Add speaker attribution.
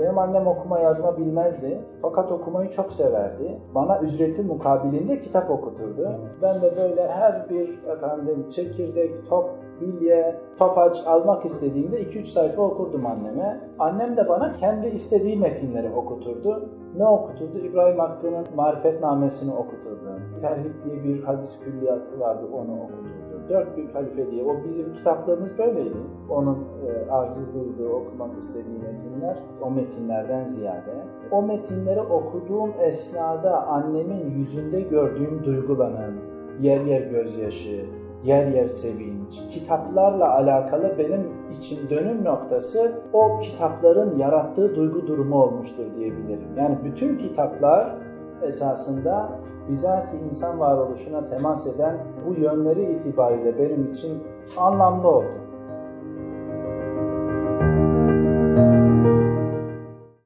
Speaker 1: Benim annem okuma yazma bilmezdi. Fakat okumayı çok severdi. Bana ücreti mukabilinde kitap okuturdu. Ben de böyle her bir çekirdek, top, bilye, topaç almak istediğimde 2-3 sayfa okurdum anneme. Annem de bana kendi istediği metinleri okuturdu. Ne okuturdu? İbrahim Hakkı'nın Marifetnamesini okuturdu. Terhib diye bir hadis külliyatı vardı, onu okuturdu. 4 Büyük Halife diye. O bizim kitaplığımız böyleydi. Onun arzu duyduğu, okumak istediği metinler, o metinlerden ziyade. O metinleri okuduğum esnada annemin yüzünde gördüğüm duygulanım, yer yer gözyaşı, yer yer sevinç, kitaplarla alakalı benim için dönüm noktası o kitapların yarattığı duygu durumu olmuştur diyebilirim. Yani bütün kitaplar esasında bizatihi insan varoluşuna temas eden bu yönleri itibariyle benim için anlamlı oldu.